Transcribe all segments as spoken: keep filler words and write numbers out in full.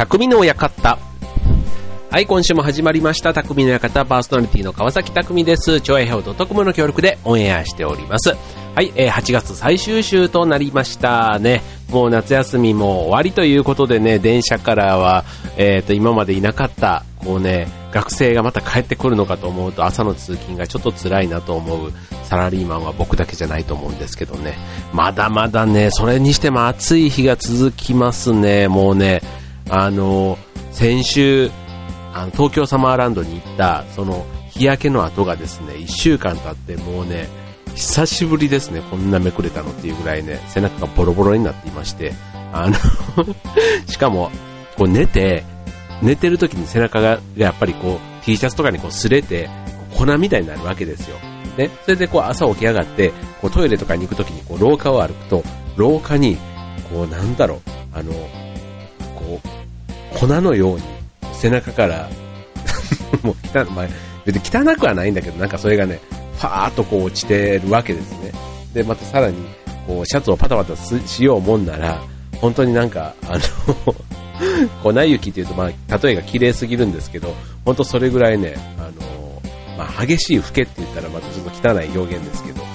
匠の館。はい、今週も始まりました匠の館、パーソナリティの川崎匠です。超愛表 .com の協力でオンエアしております。はい、えー、はちがつ最終週となりましたね。もう夏休みも終わりということでね、電車からは、えーと、今までいなかった、こうね、学生がまた帰ってくるのかと思うと朝の通勤がちょっと辛いなと思うサラリーマンは僕だけじゃないと思うんですけどね。まだまだね、それにしても暑い日が続きますね。もうね、あの、先週、あの東京サマーランドに行ったその日焼けの跡がですね、いっしゅうかん経ってもうね、久しぶりですね、こんなめくれたのっていうぐらいね、背中がボロボロになっていまして、あのしかもこう寝て寝てる時に背中がやっぱりこう T シャツとかにこう擦れて粉みたいになるわけですよ。ね、それでこう朝起き上がってこうトイレとかに行く時にこう廊下を歩くと廊下にこうなんだろうあのこう粉のように背中からもう汚、まあ、別に汚くはないんだけどなんかそれがねファーっとこう落ちてるわけですね。でまたさらにこうシャツをパタパタしようもんなら本当になんかあの粉雪っていうとまあ例えが綺麗すぎるんですけど本当それぐらいねあの、まあ、激しいフケって言ったらまたちょっと汚い表現ですけど、うん、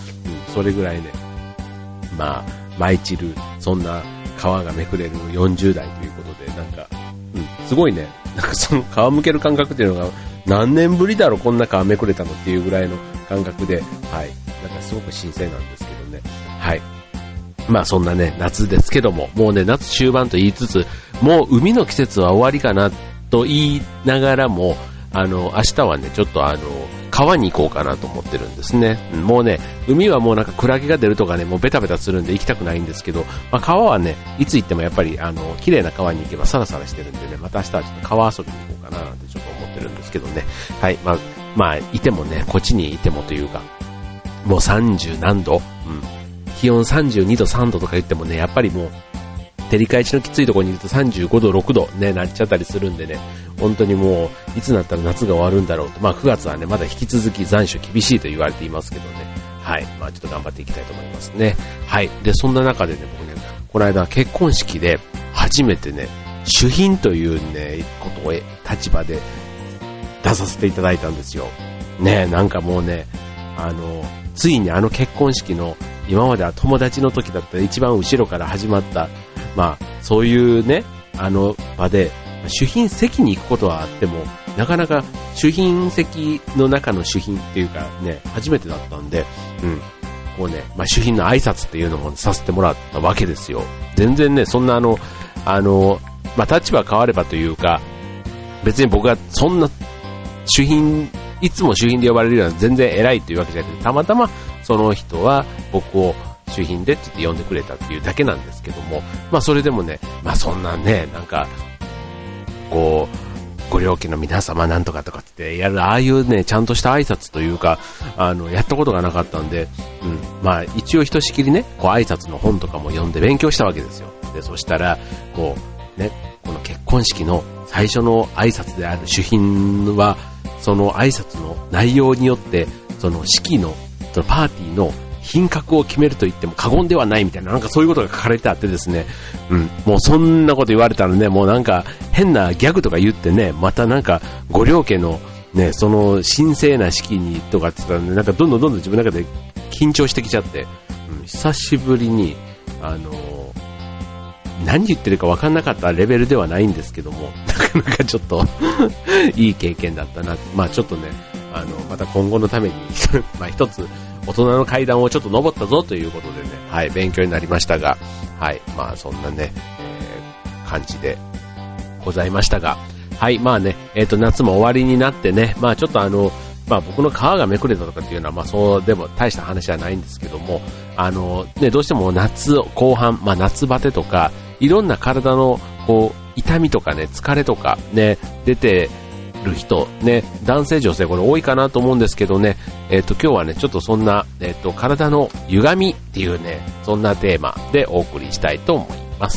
それぐらいねまあ舞い散るそんな皮がめくれるよんじゅう代ということでなんか、うん、すごいねなんかその皮むける感覚っていうのが何年ぶりだろうこんな皮めくれたのっていうぐらいの感覚で、はい、なんかすごく新鮮なんですけどね。はい。まあそんなね、夏ですけども、もうね、夏終盤と言いつつ、もう海の季節は終わりかなと言いながらも、あの、明日はね、ちょっとあの、川に行こうかなと思ってるんですね。もうね、海はもうなんかクラゲが出るとかね、もうベタベタするんで行きたくないんですけど、まあ川はね、いつ行ってもやっぱりあの、綺麗な川に行けばサラサラしてるんでね、また明日はちょっと川遊びに行こうかななんてちょっと思ってるんですけどね。はい、まあ、まあ、いてもね、こっちにいてもというか、もうさんじゅうなんど、うん。気温さんじゅうにどさんどとか言ってもね、やっぱりもう、照り返しのきついところにいるとさんじゅうごどろくどね、なっちゃったりするんでね、本当にもう、いつになったら夏が終わるんだろうと。まあくがつはね、まだ引き続き残暑厳しいと言われていますけどね。はい。まあちょっと頑張っていきたいと思いますね。はい。で、そんな中でね、僕ね、この間結婚式で初めてね、主賓というね、ことを立場で出させていただいたんですよ。ね、なんかもうね、あの、ついにあの結婚式の今までは友達の時だったら一番後ろから始まった、まあそういうね、あの場で主賓席に行くことはあってもなかなか主賓席の中の主賓っていうかね、初めてだったんで、うん、こうね、まあ主賓の挨拶っていうのもさせてもらったわけですよ。全然ね、そんなあの、あの、まあ立場変わればというか、別に僕はそんな主賓いつも主賓で呼ばれるような全然偉いというわけじゃなくて、たまたまその人は僕を主賓でって言って呼んでくれたっていうだけなんですけども、まあそれでもね、まあそんなね、なんかこうご両家の皆様なんとかとかってやるああいうねちゃんとした挨拶というか、あのやったことがなかったんで、うん、まあ一応ひとしきりね、こう挨拶の本とかも読んで勉強したわけですよ。でそしたらこうね、この結婚式の最初の挨拶である主賓はその挨拶の内容によってその式のそのパーティーの品格を決めると言っても過言ではないみたいな、なんかそういうことが書かれてあってですね、うん、もうそんなこと言われたらね、もうなんか変なギャグとか言ってね、またなんかご両家のね、その神聖な式にとかって言ったらね、なんかどんどんどんどん自分の中で緊張してきちゃって、うん、久しぶりにあの何言ってるか分かんなかったレベルではないんですけども、なかなかちょっといい経験だったな。まあちょっとね、あのまた今後のためにまあ一つ大人の階段をちょっと登ったぞということでね、はい、勉強になりましたが、はい、まあそんなね、えー、感じでございましたが、はい、まあね、えっと夏も終わりになってね、まあちょっとあのまあ僕の皮がめくれたとかっていうのはまあそうでも大した話はないんですけども、あのね、どうしても夏後半、まあ夏バテとかいろんな体のこう痛みとかね、疲れとかね出てる人ね、男性女性これ多いかなと思うんですけどね、えっと今日はねちょっとそんなえっと体の歪みっていうね、そんなテーマでお送りしたいと思います。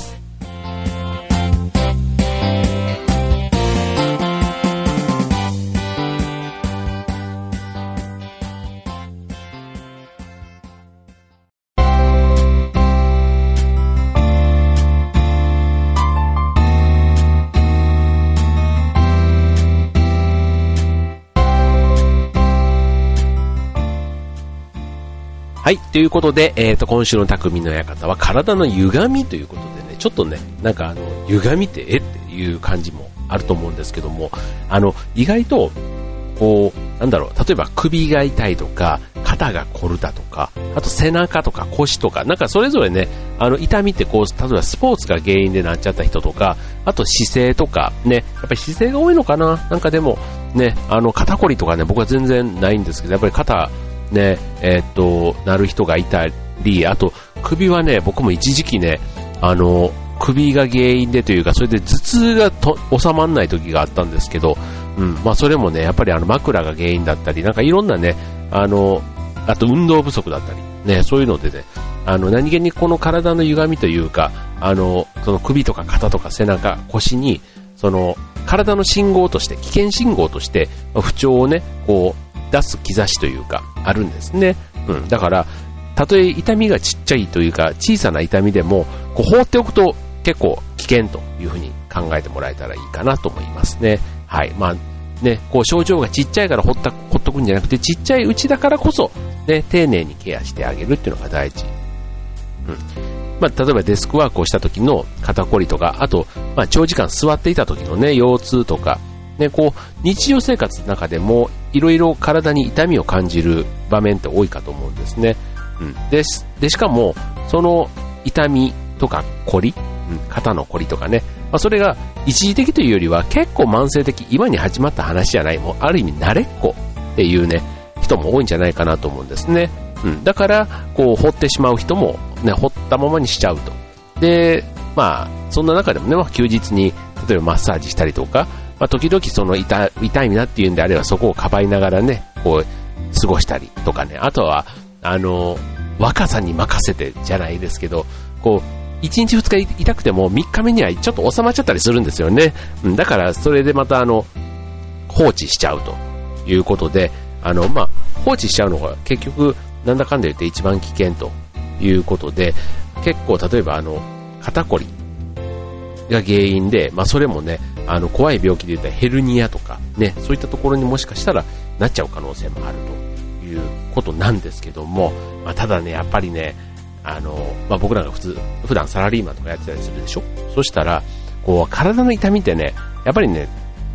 はい、ということで、えっと、今週の匠の館は体の歪みということでね、ちょっとね、なんかあの、歪みってえっていう感じもあると思うんですけども、あの、意外と、こう、なんだろう、例えば首が痛いとか、肩が凝るだとか、あと背中とか腰とか、なんかそれぞれね、あの、痛みってこう、例えばスポーツが原因でなっちゃった人とか、あと姿勢とか、ね、やっぱり姿勢が多いのかな、なんかでも、ね、あの、肩こりとかね、僕は全然ないんですけど、やっぱり肩、ね、えー、っと、なる人がいたり、あと、首はね、僕も一時期ね、あの、首が原因でというか、それで頭痛がと収まらない時があったんですけど、うん、まあそれもね、やっぱりあの枕が原因だったり、なんかいろんなね、あの、あと運動不足だったり、ね、そういうのでね、あの、何気にこの体の歪みというか、あの、その首とか肩とか背中、腰に、その、体の信号として、危険信号として、不調をね、こう、出す兆しというか、あるんですね。うん。だから、たとえ痛みがちっちゃいというか、小さな痛みでも、こう放っておくと結構危険というふうに考えてもらえたらいいかなと思いますね。はい。まあ、ね、こう症状がちっちゃいからほったほっとくんじゃなくて、ちっちゃいうちだからこそ、ね、丁寧にケアしてあげるっていうのが大事。うん。まあ、例えばデスクワークをした時の肩こりとか、あと、まあ、長時間座っていた時のね、腰痛とか、ね、こう、日常生活の中でも、いろいろ体に痛みを感じる場面って多いかと思うんですね。うん。で、でしかも、その痛みとかこり、うん、肩のこりとかね、まあ、それが一時的というよりは結構慢性的、今に始まった話じゃない、もうある意味慣れっこっていうね、人も多いんじゃないかなと思うんですね。うん。だから、こう、放ってしまう人も、ね、放ったままにしちゃうと。で、まあ、そんな中でもね、まあ、休日に、例えばマッサージしたりとか、まあ、時々その 痛, 痛いなっていうんであればそこをかばいながらね、こう、過ごしたりとかね、あとは、あの、若さに任せてじゃないですけど、こう、いちにちふつか痛くてもみっかめにはちょっと収まっちゃったりするんですよね。うん、だからそれでまたあの、放置しちゃうということで、あの、まあ、放置しちゃうのが結局、なんだかんだ言って一番危険ということで、結構例えばあの、肩こりが原因で、まあそれもね、あの怖い病気で言ったらヘルニアとかね、そういったところにもしかしたらなっちゃう可能性もあるということなんですけども、まあ、ただね、やっぱりね、あの、まあ、僕らが普通、普段サラリーマンとかやってたりするでしょ。そしたら、こう、体の痛みってね、やっぱりね、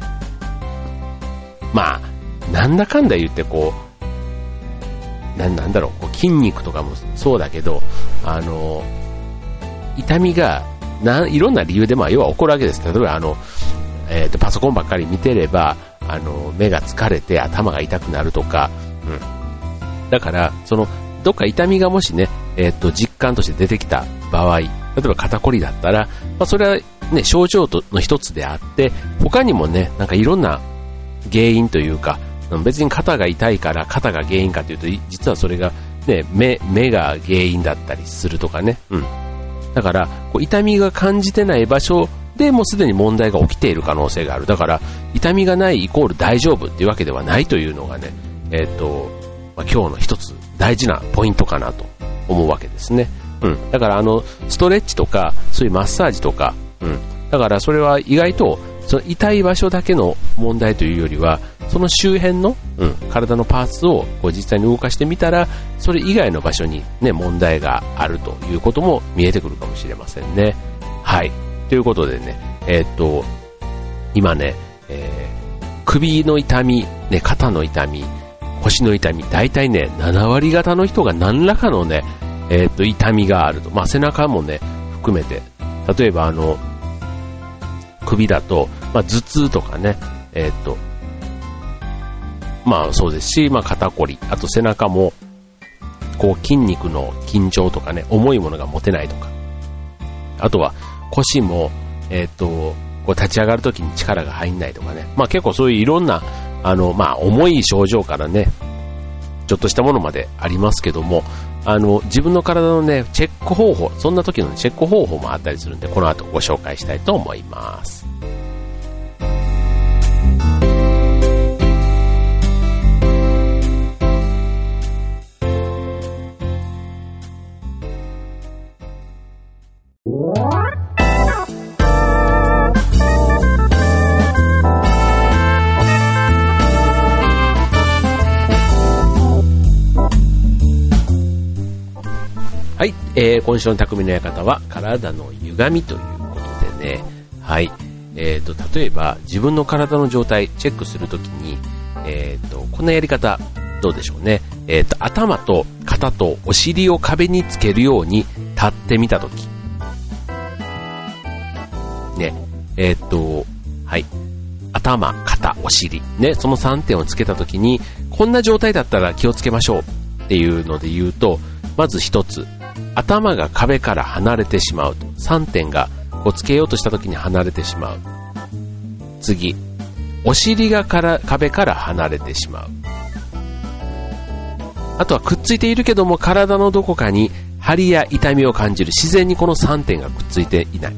まあ、なんだかんだ言ってこう、な、なんだろう、こう筋肉とかもそうだけど、あの、痛みが、ないろんな理由でまあ要は起こるわけです。例えばあの、えーと、パソコンばっかり見てればあの目が疲れて頭が痛くなるとか、うん、だからそのどっか痛みがもしね、えーと、実感として出てきた場合、例えば肩こりだったら、まあ、それはね症状の一つであって他にもねなんかいろんな原因というか、別に肩が痛いから肩が原因かというと実はそれがね目目が原因だったりするとかね、うん。だから、こう痛みが感じてない場所でもうすでに問題が起きている可能性がある。だから、痛みがないイコール大丈夫っていうわけではないというのがね、えっと、まあ、今日の一つ大事なポイントかなと思うわけですね。うん。だから、あの、ストレッチとか、そういうマッサージとか、うん。だから、それは意外と、その痛い場所だけの問題というよりは、その周辺の、うん、体のパーツをこう実際に動かしてみたら、それ以外の場所に、ね、問題があるということも見えてくるかもしれませんね。はい。ということでね、えー、っと、今ね、えー、首の痛み、ね、肩の痛み、腰の痛み、大体ね、ななわり方の人が何らかのね、えー、っと、痛みがあると。まあ、背中もね、含めて。例えば、あの、首だと、まあ、頭痛とかね、えー、っと、まあそうですし、まあ肩こり、あと背中も、こう筋肉の緊張とかね、重いものが持てないとか、あとは腰も、えっと、こう立ち上がるときに力が入んないとかね、まあ結構そういういろんな、あの、まあ重い症状からね、ちょっとしたものまでありますけども、あの、自分の体のね、チェック方法、そんな時のチェック方法もあったりするんで、この後ご紹介したいと思います。 はい、えー、今週の匠の館は体の歪みということでね、はい、えーと、例えば自分の体の状態チェックするときに、えーと、こんなやり方どうでしょうね。えーと、頭と肩とお尻を壁につけるように立ってみたとき、ね、えーと、はい、頭、肩、お尻、ね、そのさんてんをつけたときに、こんな状態だったら気をつけましょうっていうので言うと、まず一つ、頭が壁から離れてしまうと。さんてんがこうつけようとした時に離れてしまう。次、お尻がから壁から離れてしまう。あとはくっついているけども体のどこかに張りや痛みを感じる。自然にこのさんてんがくっついていない。うん、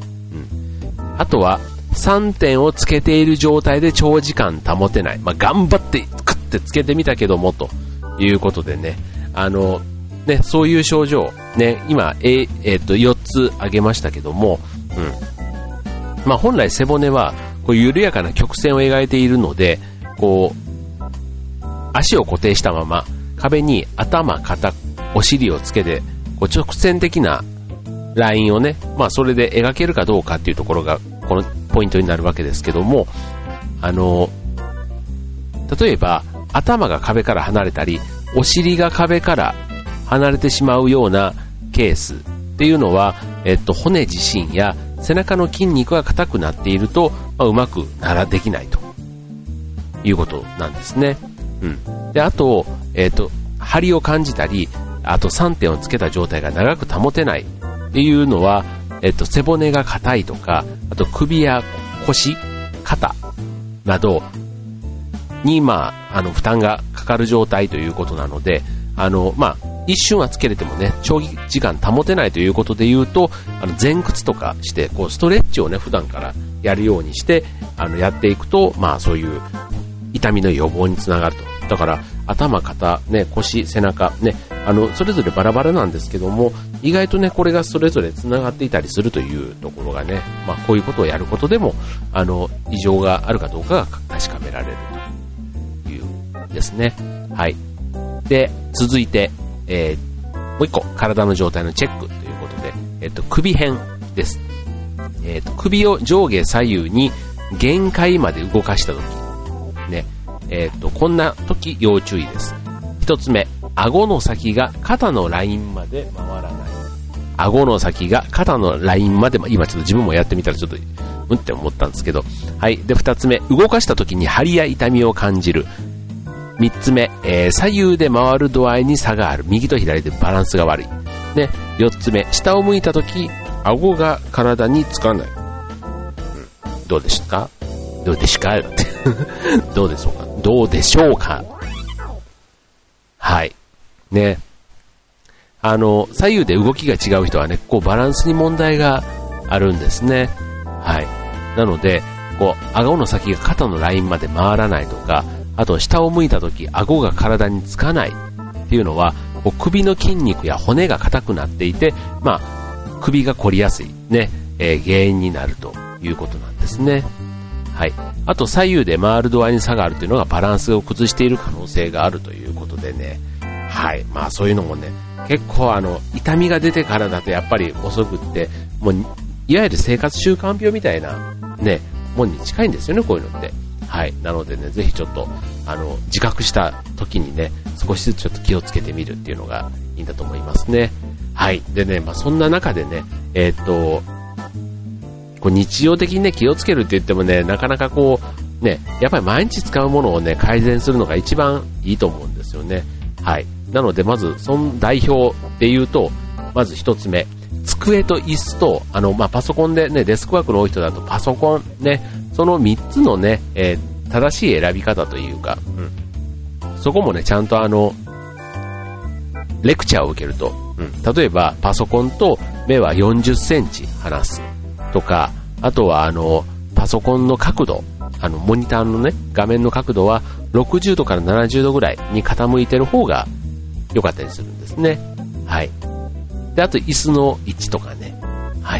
あとはさんてんをつけている状態で長時間保てない。まあ、頑張ってクッてつけてみたけどもということでね、あのね、そういう症状、ね、今、えーえー、とよっつ挙げましたけども、うん、まあ、本来背骨はこう緩やかな曲線を描いているので、こう足を固定したまま壁に頭、肩、お尻をつけてこう直線的なラインをね、まあ、それで描けるかどうかっていうところがこのポイントになるわけですけども、あの例えば頭が壁から離れたりお尻が壁から離れてしまうようなケースっていうのは、えっと、骨自身や背中の筋肉が硬くなっていると、まあ、うまくならできないということなんですね。うん。で、あと、えっと、張りを感じたり、あとさんてんをつけた状態が長く保てないっていうのは、えっと、背骨が硬いとか、あと首や腰、肩などに、まあ、あの、負担がかかる状態ということなので、あの、まあ、一瞬はつけれてもね、長時間保てないということで言うと、あの前屈とかして、こうストレッチをね、普段からやるようにして、あの、やっていくと、まあそういう痛みの予防につながると。だから、頭、肩、ね、腰、背中、ね、あの、それぞれバラバラなんですけども、意外とね、これがそれぞれつながっていたりするというところがね、まあこういうことをやることでも、あの、異常があるかどうかが確かめられるというですね。はい。で、続いて、えー、もう一個、体の状態のチェックということで、えっと、首辺です。えっと、首を上下左右に限界まで動かしたとき、ね、えっと、こんなとき要注意です。一つ目、顎の先が肩のラインまで回らない。顎の先が肩のラインまで、今ちょっと自分もやってみたらちょっと、うんって思ったんですけど、はい。で、二つ目、動かしたときに張りや痛みを感じる。三つ目、えー、左右で回る度合いに差がある。右と左でバランスが悪い。ね。四つ目、下を向いたとき、顎が体につかない。うん、どうでしたか？どうでしかどうでしょうかどうでしょうかはい。ね。あの、左右で動きが違う人はね、こうバランスに問題があるんですね。はい。なので、こう、顎の先が肩のラインまで回らないとか、あと下を向いたとき顎が体につかないっていうのはこう首の筋肉や骨が硬くなっていて、まあ、首が凝りやすい、ねえー、原因になるということなんですね。はい。あと左右で回る度合いに差があるというのがバランスを崩している可能性があるということでね。はい。まあそういうのもね、結構あの痛みが出てからだとやっぱり遅くって、もういわゆる生活習慣病みたいなねもんに近いんですよね、こういうのって。はい。なのでね、ぜひちょっと、あの、自覚した時にね、少しずつちょっと気をつけてみるっていうのがいいんだと思いますね。はい。でね、まあ、そんな中でね、えーっと、こう日常的にね、気をつけるって言ってもね、なかなかこう、ね、やっぱり毎日使うものをね、改善するのが一番いいと思うんですよね。はい。なので、まず、その代表で言うと、まず一つ目、机と椅子と、あの、まあ、パソコンでね、デスクワークの多い人だとパソコンね、そのみっつのね、えー、正しい選び方というか、うん、そこもね、ちゃんとあの、レクチャーを受けると、うん、例えばパソコンと目はよんじゅっセンチ離すとか、あとはあの、パソコンの角度、あの、モニターのね、画面の角度はろくじゅうどからななじゅうどぐらいに傾いてる方が良かったりするんですね。はい。で、あと椅子の位置とかね、はい。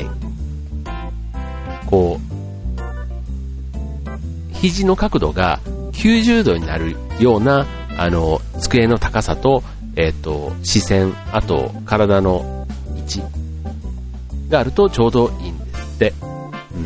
こう、肘の角度がきゅうじゅうどになるような、あの、机の高さと、えっと、視線、あと、体のチがあるとちょうどいいんですって。うん。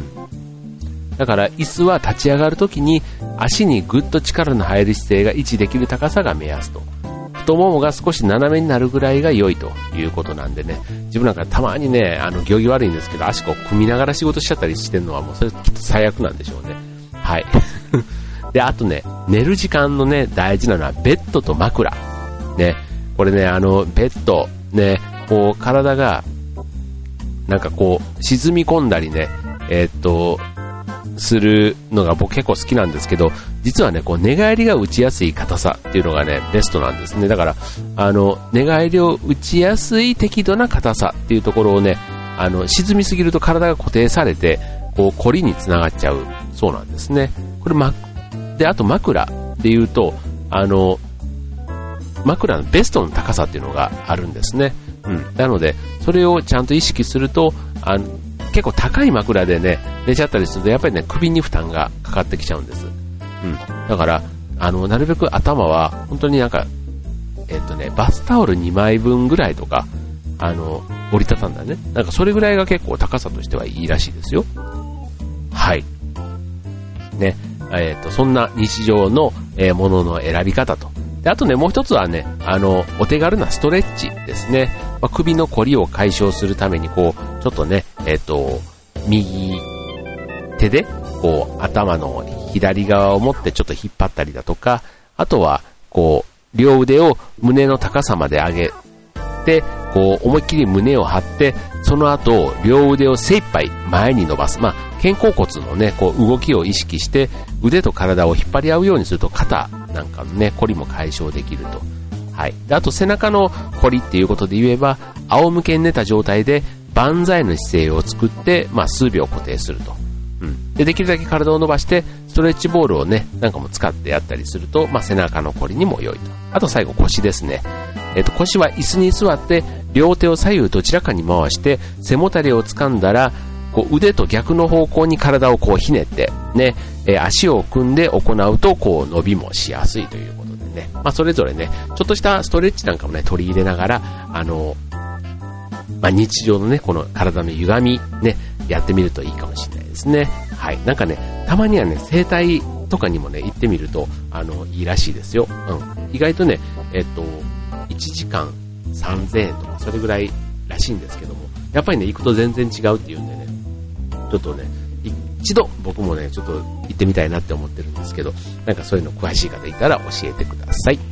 だから椅子は立ち上がるときに足にぐっと力の入る姿勢が維持できる高さが目安と。太ももが少し斜めになるぐらいが良いということなんでね、自分なんかたまにね、あの、行儀悪いんですけど、足こう組みながら仕事しちゃったりしてるのはもうそれきっと最悪なんでしょうね。はい。で、あとね、寝る時間のね、大事なのはベッドと枕。ね、これね、あの、ベッド、ね、こう、体が、なんかこう、沈み込んだりね、えー、っと、するのが僕結構好きなんですけど、実はね、こう寝返りが打ちやすい硬さっていうのがね、ベストなんですね。だから、あの、寝返りを打ちやすい適度な硬さっていうところをね、あの、沈みすぎると体が固定されて、こう、凝りにつながっちゃうそうなんですね。これ、ま、で、あと枕で言うと、あの、枕のベストの高さっていうのがあるんですね。うん。なので、それをちゃんと意識すると、あの、結構高い枕でね、寝ちゃったりすると、やっぱりね、首に負担がかかってきちゃうんです。うん。だから、あの、なるべく頭は、本当になんか、えっとね、バスタオルにまいぶんぐらいとか、あの、折りたたんだね。なんかそれぐらいが結構高さとしてはいいらしいですよ。はい。ね。えっと、そんな日常の、えー、ものの選び方と。で、あとね、もう一つはね、あの、お手軽なストレッチですね。まあ、首のこりを解消するために、こう、ちょっとね、えっと、右手で、こう、頭の左側を持ってちょっと引っ張ったりだとか、あとは、こう、両腕を胸の高さまで上げて、こう、思いっきり胸を張って、その後、両腕を精一杯前に伸ばす。まあ、肩甲骨のね、こう、動きを意識して、腕と体を引っ張り合うようにすると、肩なんかのね、こりも解消できると。はい。で、あと背中のこりっていうことで言えば、仰向けに寝た状態で、万歳の姿勢を作って、まあ、数秒固定すると。うん。で、できるだけ体を伸ばして、ストレッチボールをね、なんかも使ってやったりすると、まあ、背中のこりにも良いと。あと最後、腰ですね。えっと、腰は椅子に座って、両手を左右どちらかに回して、背もたれを掴んだら、こう腕と逆の方向に体をこうひねって、ね、えー、足を組んで行うと、こう伸びもしやすいということでね。まあ、それぞれね、ちょっとしたストレッチなんかもね、取り入れながら、あの、まあ、日常のね、この体の歪み、ね、やってみるといいかもしれないですね。はい。なんかね、たまにはね、整体とかにもね、行ってみると、あの、いいらしいですよ。うん。意外とね、えっと、いちじかんさんぜんえんとか、それぐらいらしいんですけども、やっぱりね、行くと全然違うっていうんでね、ちょっとね、一度僕もね、ちょっと行ってみたいなって思ってるんですけど、なんかそういうの詳しい方いたら教えてください。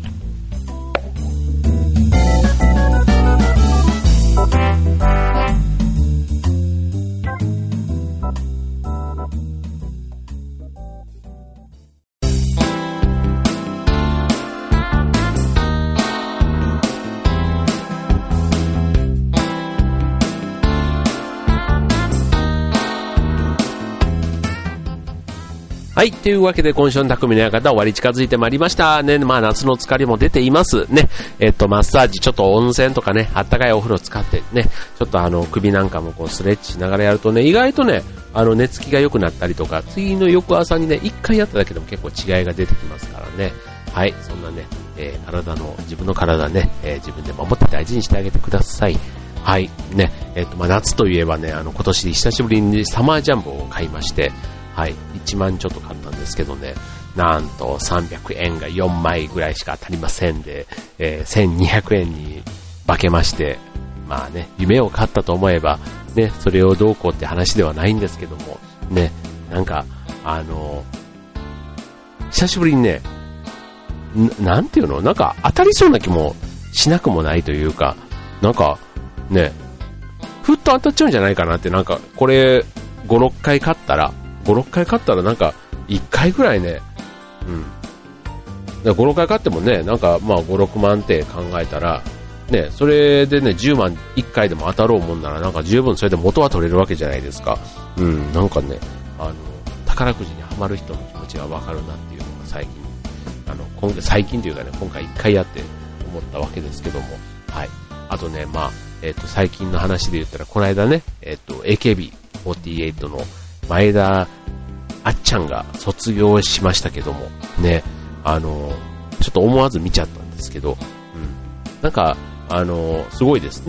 はい。というわけで、今週の匠の館終わり近づいてまいりました。ね、まあ夏の疲れも出ています。ね。えっと、マッサージ、ちょっと温泉とかね、あったかいお風呂使ってね、ちょっとあの、首なんかもこう、ストレッチしながらやるとね、意外とね、あの、寝つきが良くなったりとか、次の翌朝にね、一回やっただけでも結構違いが出てきますからね。はい。そんなね、えー、体の、自分の体ね、えー、自分で守って大事にしてあげてください。はい。ね。えっと、まあ夏といえばね、あの、今年久しぶりにサマージャンボを買いまして、はい。いちまんちょっと買ったんですけどね、なんとさんびゃくえんがよんまいぐらいしか当たりませんで、えー、せんにひゃくえんに化けまして、まあね、夢を買ったと思えば、ね、それをどうこうって話ではないんですけども、ね、なんか、あの、久しぶりにね、な、なんていうのなんか当たりそうな気もしなくもないというか、なんか、ね、ふっと当たっちゃうんじゃないかなって、なんか、これ、ご、ろっかい買ったら、ご、ろっかい買ったらなんか、いっかいぐらいね、うん。ご、ろっかい買ってもね、なんか、まあ、ご、ろくまんって考えたら、ね、それでね、じゅうまんいっかいでも当たろうもんなら、なんか十分それで元は取れるわけじゃないですか。うん、なんかね、あの、宝くじにはまる人の気持ちがわかるなっていうのが最近、あの、今回、最近というかね、今回いっかいやって思ったわけですけども、はい。あとね、まあ、えっと、最近の話で言ったら、この間ね、えっと、エーケービーフォーティーエイト の前田あっちゃんが卒業しましたけども、ね、あの、ちょっと思わず見ちゃったんですけど、うん。なんか、あの、すごいですね。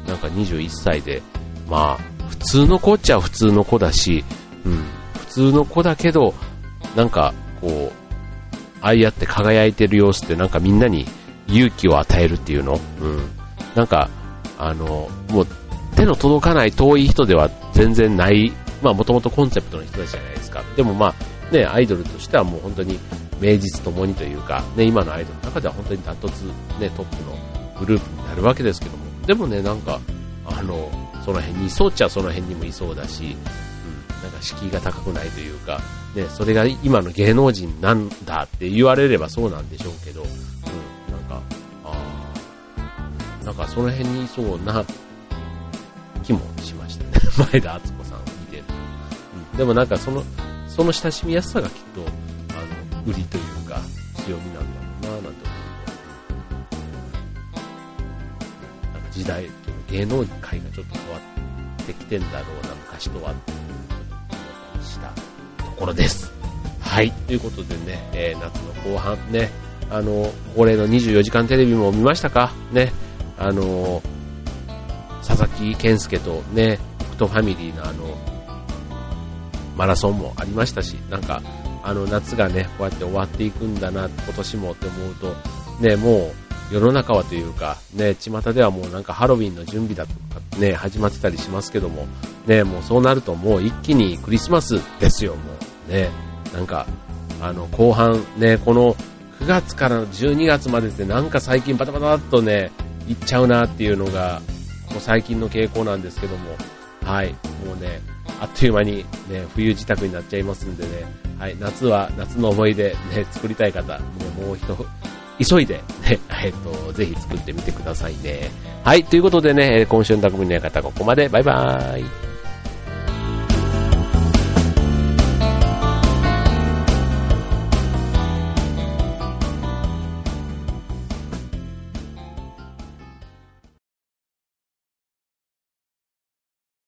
なんかにじゅういっさいで、まあ、普通の子っちゃ普通の子だし、うん、普通の子だけど、なんか、こう、ああやって輝いてる様子ってなんかみんなに勇気を与えるっていうの、うん、なんか、あの、もう手の届かない遠い人では全然ない、まあもともとコンセプトの人たちじゃないですか。でもまあ、ね、アイドルとしてはもう本当に名実ともにというか、ね、今のアイドルの中では本当にダントツ、ね、トップのグループになるわけですけども、でもね、なんか、あの、その辺にいそうっちゃその辺にもいそうだし、うん、なんか敷居が高くないというか、ね、それが今の芸能人なんだって言われればそうなんでしょうけど、うん、なんか、あー、なんかその辺にいそうな気もしましたね。前田敦子さんを見てると、うん。でもなんかその、その親しみやすさがきっと、あの、売りというか、強みなんだろうなぁなんて思うと、なんか時代、芸能界がちょっと変わってきてんだろうな、昔とは、って思ったりしたところです。はい。ということでね、えー、夏の後半ね、あの、恒例のにじゅうよじかんテレビも見ましたかね、あの、佐々木健介とね、北斗ファミリーのあの、マラソンもありましたし、なんか、あの夏がね、こうやって終わっていくんだな、今年もって思うと、ね、もう世の中はというか、ね、巷ではもうなんかハロウィンの準備だとかね、始まってたりしますけども、ね、もうそうなるともう一気にクリスマスですよ、もう。ね、なんか、あの、後半ね、このくがつからじゅうにがつまででなんか最近バタバタっとね、いっちゃうなっていうのが、ここ最近の傾向なんですけども、はい、もうね、あっという間にね、冬支度になっちゃいますんでね、はい、夏は夏の思い出ね、作りたい方、ね、もう一急いでね、えっと、ぜひ作ってみてくださいね。はい、ということでね、今週の匠の館ここまで、バイバーイ。